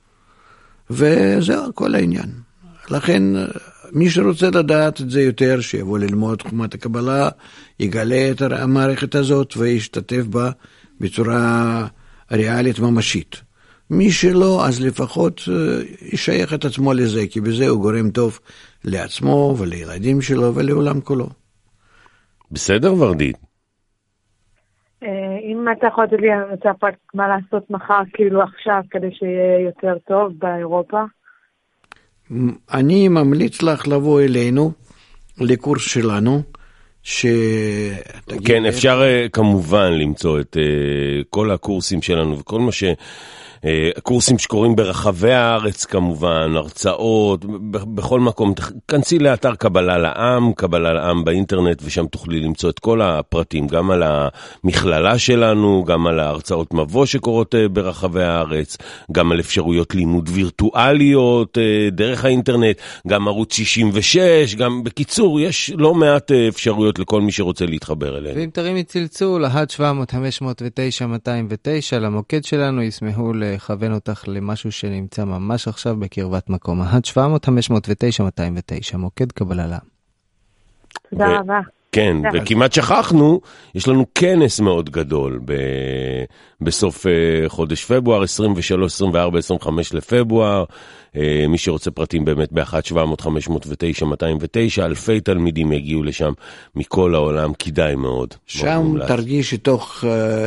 וזהו כל העניין. לכן מי שרוצה לדעת את זה יותר, שיבוא ללמוד חוכמת הקבלה, יגלה את המערכת הזאת וישתתף בה בצורה ריאלית ממשית. מי שלא, אז לפחות ישייך את עצמו לזה, כי בזה הוא גורם טוב לעצמו ולילדים שלו ולעולם כולו. בסדר, ורדית? אם אתה יכול לתת לי הצעה פרקטית מה לעשות מחר, כאילו עכשיו, כדי שיהיה יותר טוב באירופה? אני ממליץ לך לבוא אלינו, לקורס שלנו, כן, אפשר כמובן למצוא את כל הקורסים שלנו וכל מה קורסים שקורים ברחבי הארץ כמובן, הרצאות, בכל מקום. כנסי לאתר קבלה לעם, קבלה לעם באינטרנט, ושם תוכלי למצוא את כל הפרטים, גם על המכללה שלנו, גם על ההרצאות מבוא שקורות ברחבי הארץ, גם על אפשרויות לימוד וירטואליות דרך האינטרנט, גם ערוץ 66, גם בקיצור, יש לא מעט אפשרויות לכל מי שרוצה להתחבר אלינו. ואם תרימי צלצול, 1-700-509-209, למוקד שלנו ישמחו לכוון אותך למשהו שנמצא ממש עכשיו בקרבת מקום. 1-700-509-209, מוקד קבלה לעם. תודה רבה. כן, וכמעט שכחנו, יש לנו כנס מאוד גדול בסוף חודש פברואר, 23, 24, 25 לפברואר. מי שרוצה פרטים באמת ב-1-700-509-209, אלפי תלמידים יגיעו לשם מכל העולם, כדאי מאוד. שם תרגישי תוך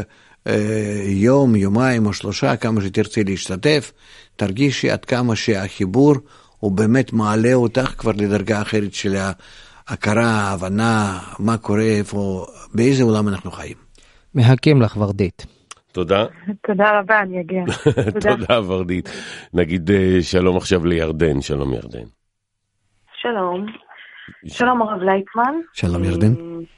יום, יומיים או 3, כמה שתרצי להשתתף, תרגישי עד כמה שהחיבור הוא באמת מעלה אותך כבר לדרגה אחרת של ההכרה, ההבנה, מה קורה, איפה, באיזה עולם אנחנו חיים. מחכים לך ורדית. תודה. תודה רבה, אני אגיע. תודה ורדית. נגיד שלום עכשיו לירדן. שלום ירדן. שלום. שלום הרב לייטמן. שלום ירדן.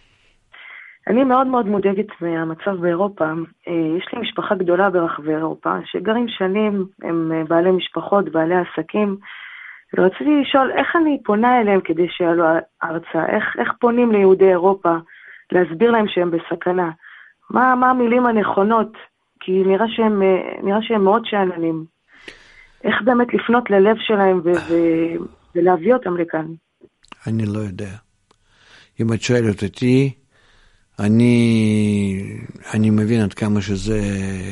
אני מאוד מאוד מודאגת מהמצב באירופה. יש לי משפחה גדולה ברחבי אירופה, שגרים שנים, הם בעלי משפחות, בעלי עסקים, ורציתי לשאול איך אני פונה אליהם כדי שיעלו ארצה, איך פונים ליהודי אירופה, להסביר להם שהם בסכנה, מה המילים הנכונות, כי נראה שהם מאוד שאננים. איך באמת לפנות ללב שלהם ולהביא אותם לכאן? אני לא יודע. אם את שואלת אותי, אני מבין עד כמה שזה,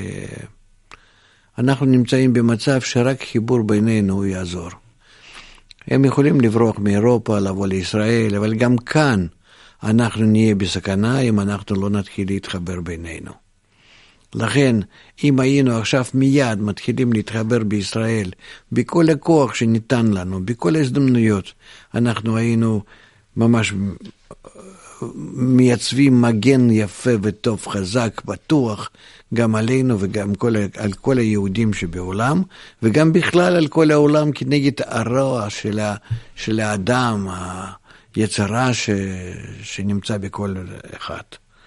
אנחנו נמצאים במצב שרק חיבור בינינו יעזור. הם יכולים לברוח מאירופה, לבוא לישראל, אבל גם כאן אנחנו נהיה בסכנה אם אנחנו לא נתחיל להתחבר בינינו. לכן, אם היינו עכשיו מיד מתחילים להתחבר בישראל, בכל הכוח שניתן לנו, בכל ההזדמנויות, אנחנו היינו ממש מייצבים מגן יפה וטוב, חזק, בטוח, גם עלינו וגם על כל היהודים שבעולם, וגם בכלל על כל העולם כנגד הרוע של האדם, היצרה שנמצא בכל אחד.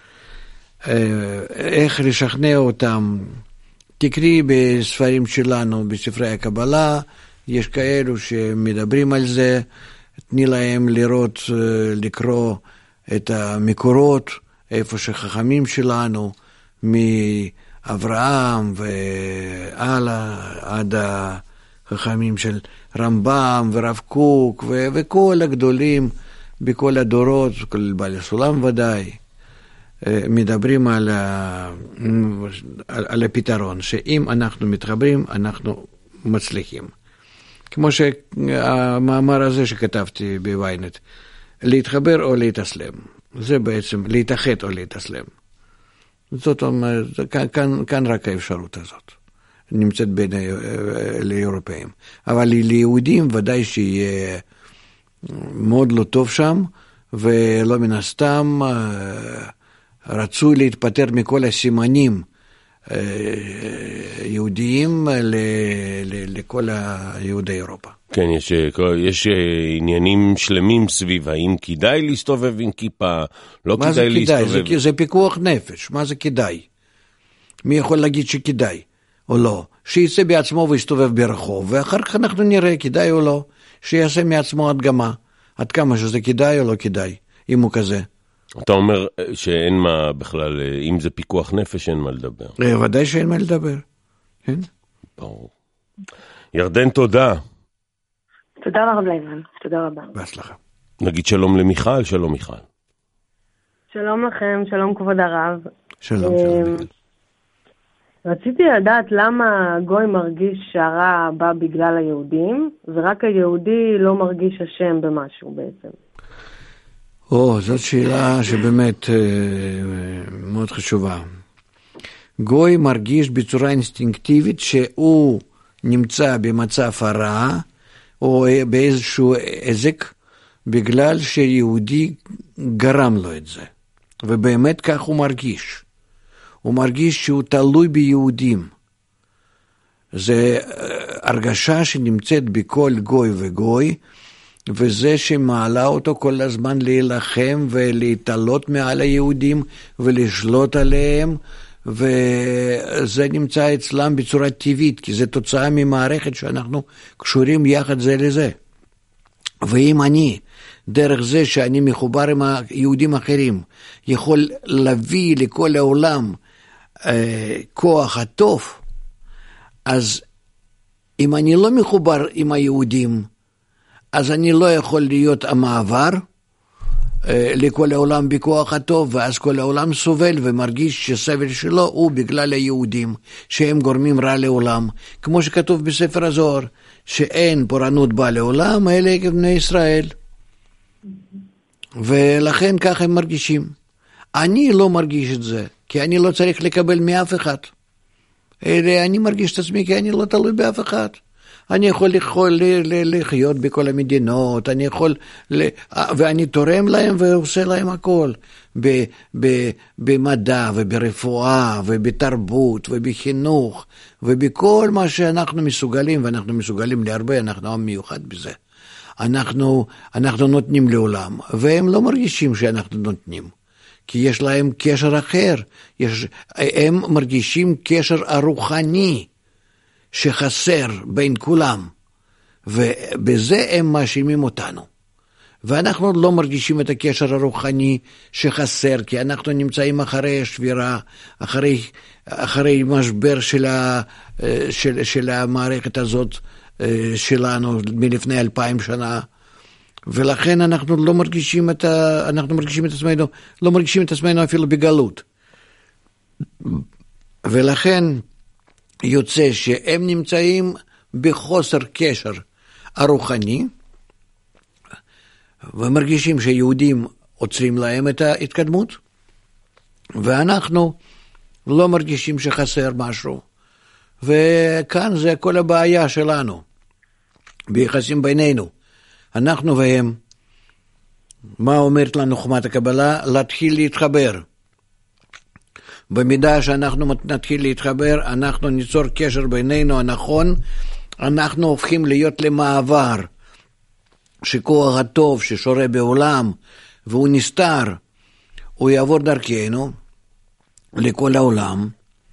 איך לשכנע אותם? תקראי בספרים שלנו, בספרי הקבלה, יש כאלו שמדברים על זה, תני להם לראות, לקרוא את המקורות, איפה שחכמים שלנו, מאברהם והלאה, עד החכמים של רמב"ם ורב קוק, וכל הגדולים בכל הדורות, כל בעלי סולם ודאי, מדברים על הפתרון, שאם אנחנו מתחברים, אנחנו מצליחים. כמו שהמאמר הזה שכתבתי בוויינט, להתחבר או להתאסלם. זה בעצם להתאחד או להתאסלם. זאת אומרת, כאן רק האפשרות הזאת. נמצאת בין לאירופאים. אבל ליהודים ודאי שיהיה מאוד לא טוב שם, ולא מן הסתם רצוי להתפטר מכל הסימנים יהודיים לכל יהודי אירופה. כן, יש עניינים שלמים סביב האם כדאי להסתובב עם כיפה, לא כדאי להסתובב. זה פיקוח נפש, מה זה כדאי? מי יכול להגיד שכדאי או לא? שיצא בעצמו ויסתובב ברחוב, ואחר כך אנחנו נראה כדאי או לא, שיעשה מעצמו הדגמה, עד כמה שזה כדאי או לא כדאי, אם הוא כזה. אתה אומר שאין מה בכלל, אם זה פיקוח נפש, אין מה לדבר. ודאי שאין מה לדבר, כן? ברור. ירדן, תודה. תודה לרב ליימן, תודה רבה. בהצלחה. נגיד שלום למיכל, שלום מיכל. שלום לכם, שלום כבוד הרב. שלום, שלום. רציתי לדעת למה גוי מרגיש שהרע בא בגלל היהודים, ורק היהודי לא מרגיש אשם במשהו בעצם. זאת שאלה שבאמת מאוד חשובה. גוי מרגיש בצורה אינסטינקטיבית שהוא נמצא במצב הרע, או באיזשהו עזק, בגלל שיהודי גרם לו את זה. ובאמת כך הוא מרגיש. הוא מרגיש שהוא תלוי ביהודים. זה הרגשה שנמצאת בכל גוי וגוי, וזה שמעלה אותו כל הזמן להילחם ולהתעלות מעל היהודים ולשלוט עליהם, וזה נמצא אצלם בצורה טבעית, כי זה תוצאה ממערכת שאנחנו קשורים יחד זה לזה. ואם אני, דרך זה שאני מחובר עם היהודים אחרים, יכול להביא לכל העולם כוח הטוב, אז אם אני לא מחובר עם היהודים, אז אני לא יכול להיות המעבר לכל העולם בכוח הטוב, ואז כל העולם סובל ומרגיש שסבל שלו הוא בגלל היהודים, שהם גורמים רע לעולם. כמו שכתוב בספר הזוהר, שאין פורענות באה לעולם, אלה בני ישראל. ולכן כך הם מרגישים. אני לא מרגיש את זה, כי אני לא צריך לקבל מאף אחד. אני מרגיש את עצמי כי אני לא תלוי באף אחד. אני יכול לחיות בכל המדינות, אני יכול, ואני תורם להם ועושה להם הכל, במדע וברפואה ובתרבות ובחינוך ובכל מה שאנחנו מסוגלים, ואנחנו מסוגלים להרבה, אנחנו עם מיוחד בזה. אנחנו נותנים לעולם, והם לא מרגישים שאנחנו נותנים, כי יש להם קשר אחר, הם מרגישים קשר הרוחני, שחסר בין כולם, ובזה הם מאשימים אותנו. ואנחנו לא מרגישים את הקשר הרוחני שחסר, כי אנחנו נמצאים אחרי שבירה, אחרי משבר של המערכת הזאת שלנו מלפני 2000 שנה, ולכן אנחנו לא מרגישים את עצמנו אפילו בגלות. ולכן יוצא שהם נמצאים בחוסר קשר הרוחני, ומרגישים שיהודים עוצרים להם את ההתקדמות, ואנחנו לא מרגישים שחסר משהו. וכאן זה כל הבעיה שלנו, ביחסים בינינו, אנחנו והם. מה אומרת לנו חומת הקבלה? להתחיל להתחבר. במידה שאנחנו נתחיל להתחבר, אנחנו ניצור קשר בינינו הנכון, אנחנו הופכים להיות למעבר, שכוח הטוב ששורה בעולם, והוא נסתר, הוא יעבור דרכנו לכל העולם,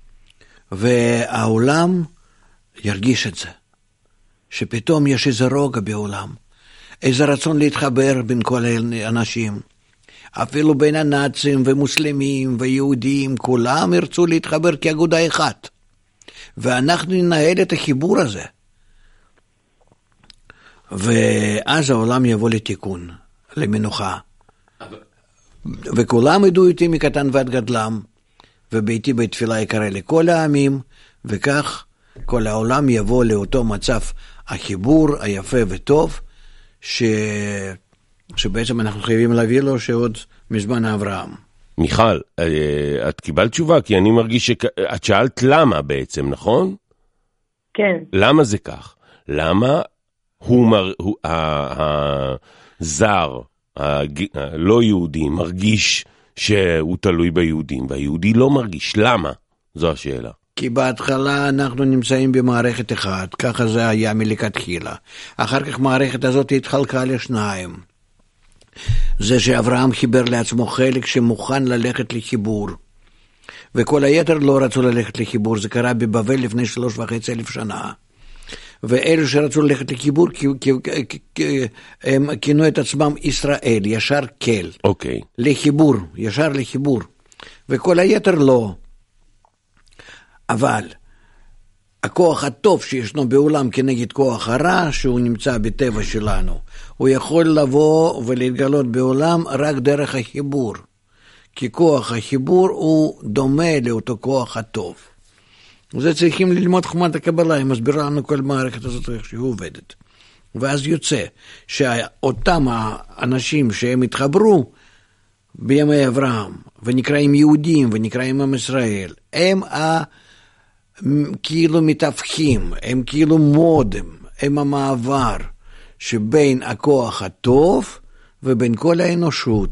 והעולם ירגיש את זה, שפתאום יש איזה רוגע בעולם, איזה רצון להתחבר בין כל האנשים, אפילו בין הנאצים ומוסלמים ויהודים, כולם ירצו להתחבר כאגודה אחת, ואנחנו ננהל את החיבור הזה, ואז העולם יבוא לתיקון, למנוחה, וכולם ידעו איתי מקטן ועד גדלם, וביתי בתפילה יקרא לכל העמים, וכך כל העולם יבוא לאותו מצב החיבור היפה וטוב, שבעצם אנחנו חייבים להביא לו שעוד מזמן אברהם. מיכל, את קיבלת תשובה? כי אני מרגיש שאת שאלת למה בעצם, נכון? כן. למה זה כך? למה הזר, הלא יהודי, מרגיש שהוא תלוי ביהודים, והיהודי לא מרגיש? למה? זו השאלה. כי בהתחלה אנחנו נמצאים במערכת אחת, ככה זה היה מלכתחילה. אחר כך מערכת הזאת התחלקה לשניים. זה שאברהם חיבר לעצמו חלק שמוכן ללכת לחיבור, וכל היתר לא רצו ללכת לחיבור. זה קרה בבבל לפני 3,500 שנה. ואלו שרצו ללכת לחיבור, הם כינו את עצמם ישראל, ישר כל. אוקיי. לחיבור, ישר לחיבור. וכל היתר לא. אבל הכוח הטוב שישנו בעולם כנגד כוח הרע, שהוא נמצא בטבע שלנו, הוא יכול לבוא ולהתגלות בעולם רק דרך החיבור. כי כוח החיבור הוא דומה לאותו כוח הטוב. זה צריכים ללמוד חוכמת הקבלה, היא מסבירה לנו כל מערכת הזאת איך שהיא עובדת. ואז יוצא שאותם האנשים שהם התחברו בימי אברהם, ונקראים יהודים ונקראים עם ישראל, הם כאילו מתהפכים, הם כאילו מודם, הם המעבר שבין הכוח הטוב ובין כל האנושות.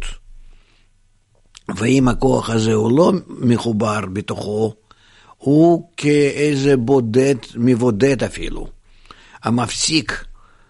ואם הכוח הזה הוא לא מחובר בתוכו, הוא כאיזה מבודד אפילו, המפסיק,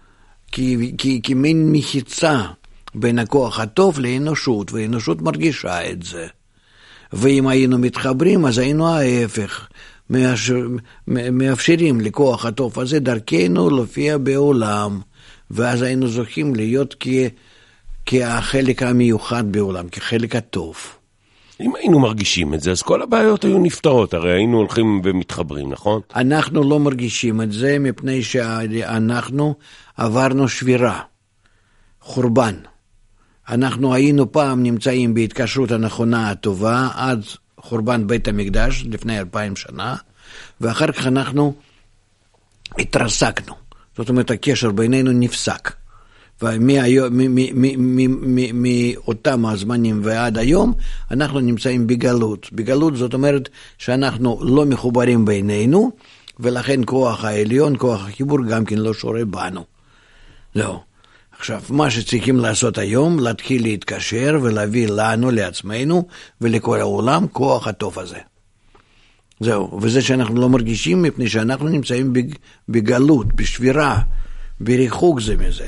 כמין מחיצה בין הכוח הטוב לאנושות, והאנושות מרגישה את זה. ואם היינו מתחברים, אז היינו ההפך, מאפשרים לכוח הטוב הזה דרכנו להופיע בעולם, ואז היינו זוכים להיות כחלק המיוחד בעולם, כחלק הטוב. אם היינו מרגישים את זה, אז כל הבעיות היו נפתרות, הרי היינו הולכים ומתחברים, נכון? אנחנו לא מרגישים את זה, מפני שאנחנו עברנו שבירה, חורבן. אנחנו היינו פעם נמצאים בהתקשרות הנכונה הטובה, עד חורבן בית המקדש, לפני 2000 שנה, ואחר כך אנחנו התרסקנו. זאת אומרת, הקשר בינינו נפסק. ומאותם הזמנים ועד היום, אנחנו נמצאים בגלות. בגלות זאת אומרת שאנחנו לא מחוברים בינינו, ולכן כוח העליון, כוח החיבור גם כן לא שורה בנו. לא. עכשיו, מה שצריכים לעשות היום, להתחיל להתקשר ולהביא לנו, לעצמנו, ולכל העולם, כוח הטוב הזה. זהו, וזה שאנחנו לא מרגישים, מפני שאנחנו נמצאים בגלות, בשבירה, בריחוק זה מזה.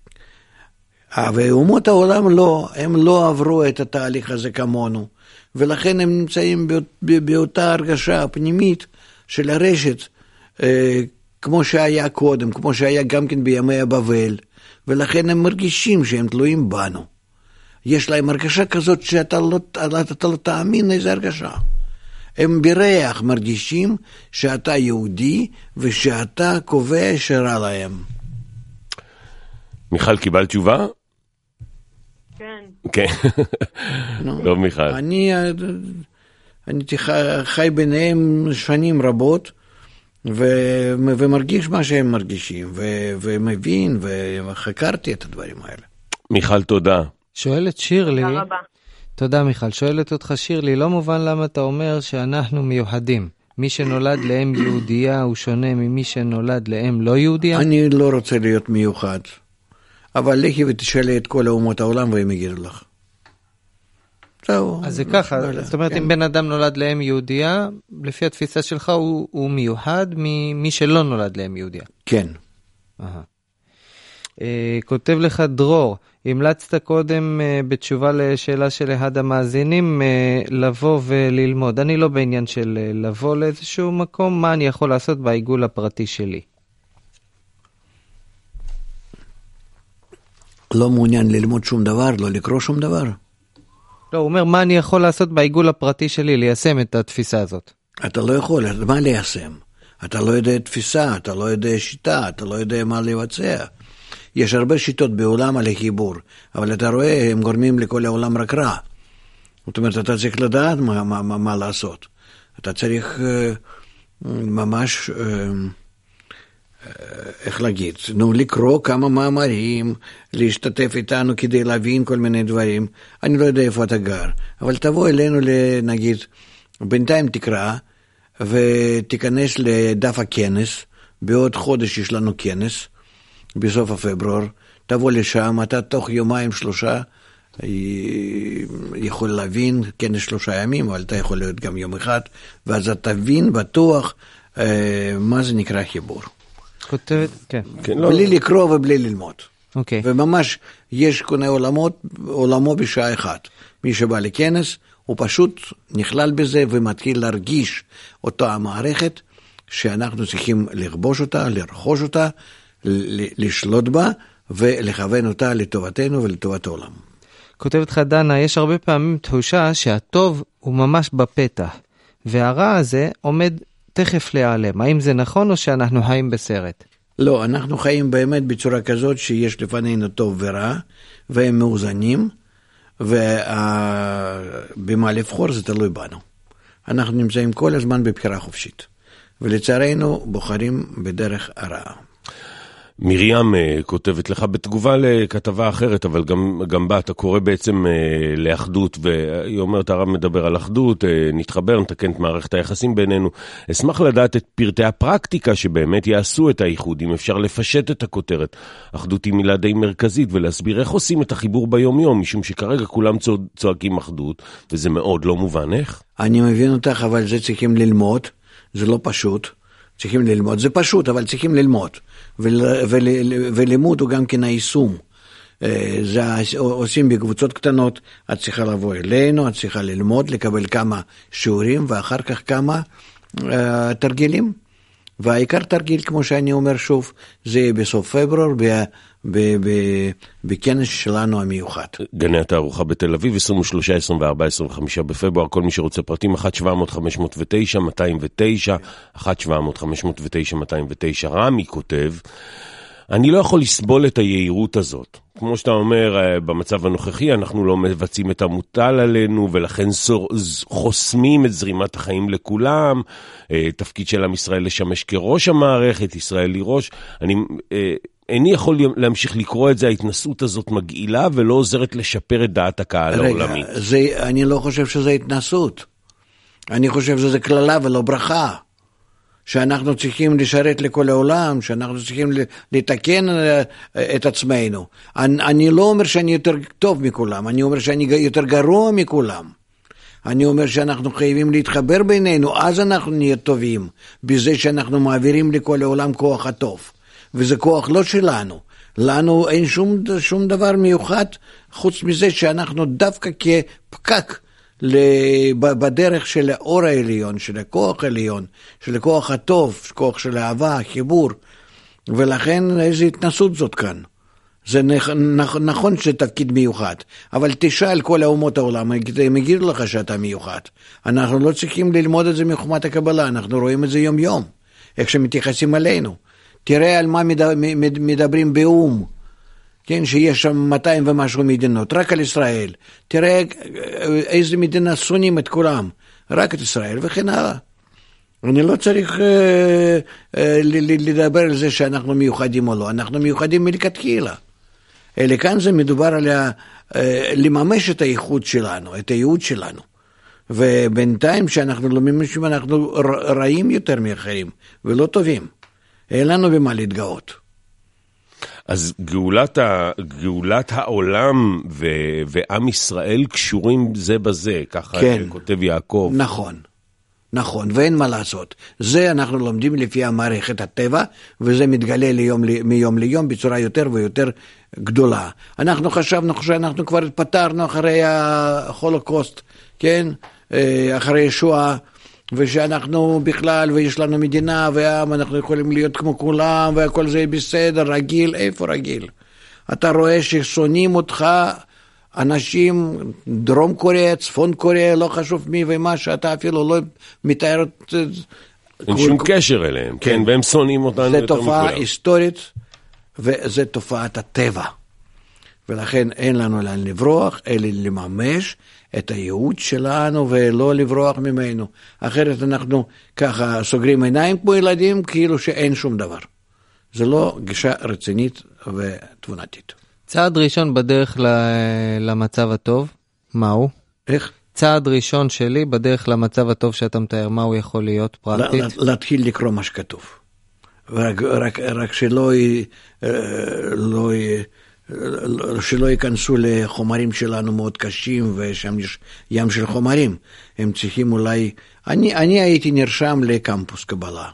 ואומות העולם לא, הם לא עברו את התהליך הזה כמונו, ולכן הם נמצאים באותה הרגשה הפנימית של הרשת, כמו שהיה קודם, כמו שהיה גם כן בימי הבבל, ולכן הם מרגישים שהם תלויים בנו. יש להם הרגשה כזאת שאתה לא תאמין איזה הרגשה. הם בריח מרגישים שאתה יהודי ושאתה קובע שרע להם. מיכל, קיבל תשובה? כן. כן. טוב, מיכל. אני חי ביניהם שנים רבות, ומרגיש מה שהם מרגישים, ומבין, וחקרתי את הדברים האלה. מיכל, תודה. שואלת שירלי, תודה רבה. תודה מיכל, שואלת אותך שירלי, לא מובן למה אתה אומר שאנחנו מיוחדים. מי שנולד לאם יהודייה הוא שונה ממי שנולד לאם לא יהודייה? אני לא רוצה להיות מיוחד, אבל לכי ותשאלי את כל אומות העולם והם יגידו לך. אז זה ככה, זאת אומרת, אם בן אדם נולד לאם יהודייה, לפי התפיסה שלך הוא מיוחד ממי שלא נולד לאם יהודייה. כן. כותב לך דרור, המלצת קודם בתשובה לשאלה של אחד המאזינים לבוא וללמוד. אני לא בעניין של לבוא לאיזשהו מקום, מה אני יכול לעשות בעיגול הפרטי שלי? לא מעוניין ללמוד שום דבר, לא לקרוא שום דבר. לא, הוא אומר, מה אני יכול לעשות בעיגול הפרטי שלי, ליישם את התפיסה הזאת? אתה לא יכול, מה ליישם? אתה לא יודע תפיסה, אתה לא יודע שיטה, אתה לא יודע מה לבצע. יש הרבה שיטות בעולם על החיבור, אבל אתה רואה, הם גורמים לכל העולם רק רע. זאת אומרת, אתה צריך לדעת מה לעשות. אתה צריך ממש, איך להגיד, לקרוא כמה מאמרים, להשתתף איתנו כדי להבין כל מיני דברים. אני לא יודע איפה אתה גר, אבל תבוא אלינו, נגיד, בינתיים תקרא, ותיכנס לדף הכנס, בעוד חודש יש לנו כנס, בסוף הפברואר, תבוא לשם, אתה תוך יומיים שלושה, יכול להבין, כנס 3 ימים, אבל אתה יכול להיות גם יום אחד, ואז אתה תבין בטוח מה זה נקרא חיבור. כותבת, כן. בלי לקרוא ובלי ללמוד. אוקיי. וממש יש קונה עולמו בשעה אחת. מי שבא לכנס, הוא פשוט נכלל בזה ומתחיל להרגיש אותה המערכת, שאנחנו צריכים לכבוש אותה, לרכוש אותה, לשלוט בה ולכוון אותה לטובתנו ולטובת העולם. כותבת לך דנה, יש הרבה פעמים תחושה שהטוב הוא ממש בפתח, והרע הזה עומד תכף להיעלם. האם זה נכון או שאנחנו חיים בסרט? לא, אנחנו חיים באמת בצורה כזאת שיש לפנינו טוב ורע, והם מאוזנים, ובמה לבחור זה תלוי בנו. אנחנו נמצאים כל הזמן בבחירה חופשית. ולצערנו בוחרים בדרך הרעה. מרים כותבת לך בתגובה לכתבה אחרת, אבל גם בה אתה קורא בעצם לאחדות, והיא אומרת, הרב מדבר על אחדות, נתחבר, נתקן את מערכת היחסים בינינו. אשמח לדעת את פרטי הפרקטיקה שבאמת יעשו את האיחוד, אם אפשר לפשט את הכותרת. אחדות היא מילה די מרכזית, ולהסביר איך עושים את החיבור ביום יום, משום שכרגע כולם צועקים אחדות, וזה מאוד לא מובן. איך? אני מבין אותך, אבל זה צריכים ללמוד, זה לא פשוט. צריכים ללמוד, זה פשוט, אבל צריכים ללמוד, ולימוד הוא גם כן היישום. זה עושים בקבוצות קטנות, את צריכה לבוא אלינו, את צריכה ללמוד, לקבל כמה שיעורים, ואחר כך כמה תרגילים. והעיקר תרגיל, כמו שאני אומר שוב, זה בסוף פברואר, בכנס שלנו המיוחד. גני התערוכה בתל אביב, 23, 24, 25 בפברואר, כל מי שרוצה פרטים, 1-700-509-209, 1-700-509-209. רמי כותב, אני לא יכול לסבול את היעירות הזאת. כמו שאתה אומר, במצב הנוכחי אנחנו לא מבצעים את המוטל עלינו, ולכן חוסמים את זרימת החיים לכולם. תפקיד של עם ישראל לשמש כראש המערכת, ישראל היא ראש. איני יכול להמשיך לקרוא את זה, ההתנסות הזאת מגעילה ולא עוזרת לשפר את דעת הקהל העולמית. אני לא חושב שזה התנסות. אני חושב שזה כללה ולא ברכה. שאנחנו צריכים לשרת לכל העולם, שאנחנו צריכים לתקן את עצמנו. אני לא אומר שאני יותר טוב מכולם, אני אומר שאני יותר גרוע מכולם. אני אומר שאנחנו חייבים להתחבר בינינו, אז אנחנו נהיה טובים, בזה שאנחנו מעבירים לכל העולם כוח הטוב. וזה כוח לא שלנו. לנו אין שום דבר מיוחד, חוץ מזה שאנחנו דווקא כפקק, בדרך של האור העליון, של הכוח העליון, של הכוח הטוב, כוח של אהבה, חיבור, ולכן איזו התנסות זאת כאן. זה נכון שזה תפקיד מיוחד, אבל תשאל כל האומות העולם, הם יגידו לך שאתה מיוחד. אנחנו לא צריכים ללמוד את זה מחוכמת הקבלה, אנחנו רואים את זה יום יום, איך שמתייחסים עלינו. תראה על מה מדברים באום, כן, שיש שם 200 ומשהו מדינות, רק על ישראל. תראה איזה מדינה שונאים את כולם, רק את ישראל וכן הלאה. אני לא צריך לדבר על זה שאנחנו מיוחדים או לא, אנחנו מיוחדים מלכתחילה. אלא כאן זה מדובר על לממש את הייחוד שלנו, את הייעוד שלנו. ובינתיים שאנחנו לא ממשים, אנחנו רעים יותר מאחרים, ולא טובים. אין לנו במה להתגאות. אז גאולת העולם ועם ישראל קשורים זה בזה, ככה כן, כותב יעקב. נכון, ואין מה לעשות. זה אנחנו לומדים לפי המערכת הטבע, וזה מתגלה מיום ליום בצורה יותר ויותר גדולה. אנחנו חשבנו שאנחנו כבר התפטרנו אחרי ההולוקוסט, כן? אחרי ישועה, ושאנחנו בכלל, ויש לנו מדינה, ועם, אנחנו יכולים להיות כמו כולם, והכל זה בסדר, רגיל. איפה רגיל? אתה רואה ששונאים אותך אנשים, דרום קוריאה, צפון קוריאה, לא חשוב מי ומה, שאתה אפילו לא מתאר... אין שום קשר אליהם, כן, והם שונאים אותנו יותר מכולם. זה תופעה היסטורית, וזה תופעת הטבע. ולכן אין לנו לאן לברוח, אלא לממש את הייעוד שלנו ולא לברוח ממנו. אחרת אנחנו ככה סוגרים עיניים כמו ילדים, כאילו שאין שום דבר. זה לא גישה רצינית ותבונתית. צעד ראשון בדרך למצב הטוב, מהו? איך? צעד ראשון שלי בדרך למצב הטוב שאתה מתאר, מהו יכול להיות פרקטית? להתחיל לקרוא מה שכתוב. רק שלא ייכנסו לחומרים שלנו מאוד קשים, ושם יש ים של חומרים. הם צריכים אולי... אני הייתי נרשם לקמפוס קבלה,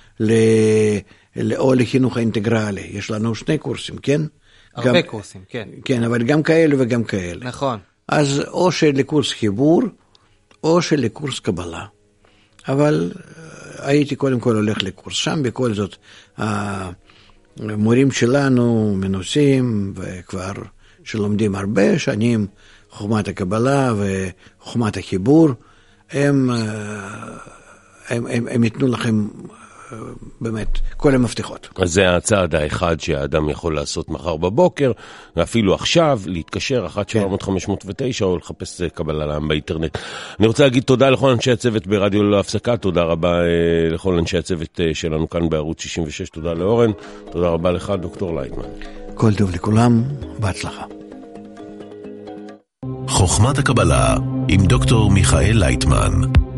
או לחינוך האינטגרלי. יש לנו 2 קורסים, כן? הרבה קורסים, כן. כן, אבל גם כאלה וגם כאלה. נכון. אז או שלקורס חיבור, או שלקורס קבלה. אבל הייתי קודם כל הולך לקורס שם, בכל זאת המורים שלנו מנוסים, וכבר שלומדים הרבה שנים, חוכמת הקבלה וחוכמת החיבור, הם ייתנו לכם באמת כל המפתחות. אז זה הצעד האחד שהאדם יכול לעשות מחר בבוקר, ואפילו עכשיו להתקשר 1-700-509 או לחפש קבלה לעם באינטרנט. אני רוצה להגיד תודה לכל אנשי הצוות ברדיו ללא הפסקה, תודה רבה לכל אנשי הצוות שלנו כאן בערוץ 66, תודה לאורן, תודה רבה לך דוקטור לייטמן. כל טוב לכולם, בהצלחה. חוכמת הקבלה עם דוקטור מיכאל לייטמן.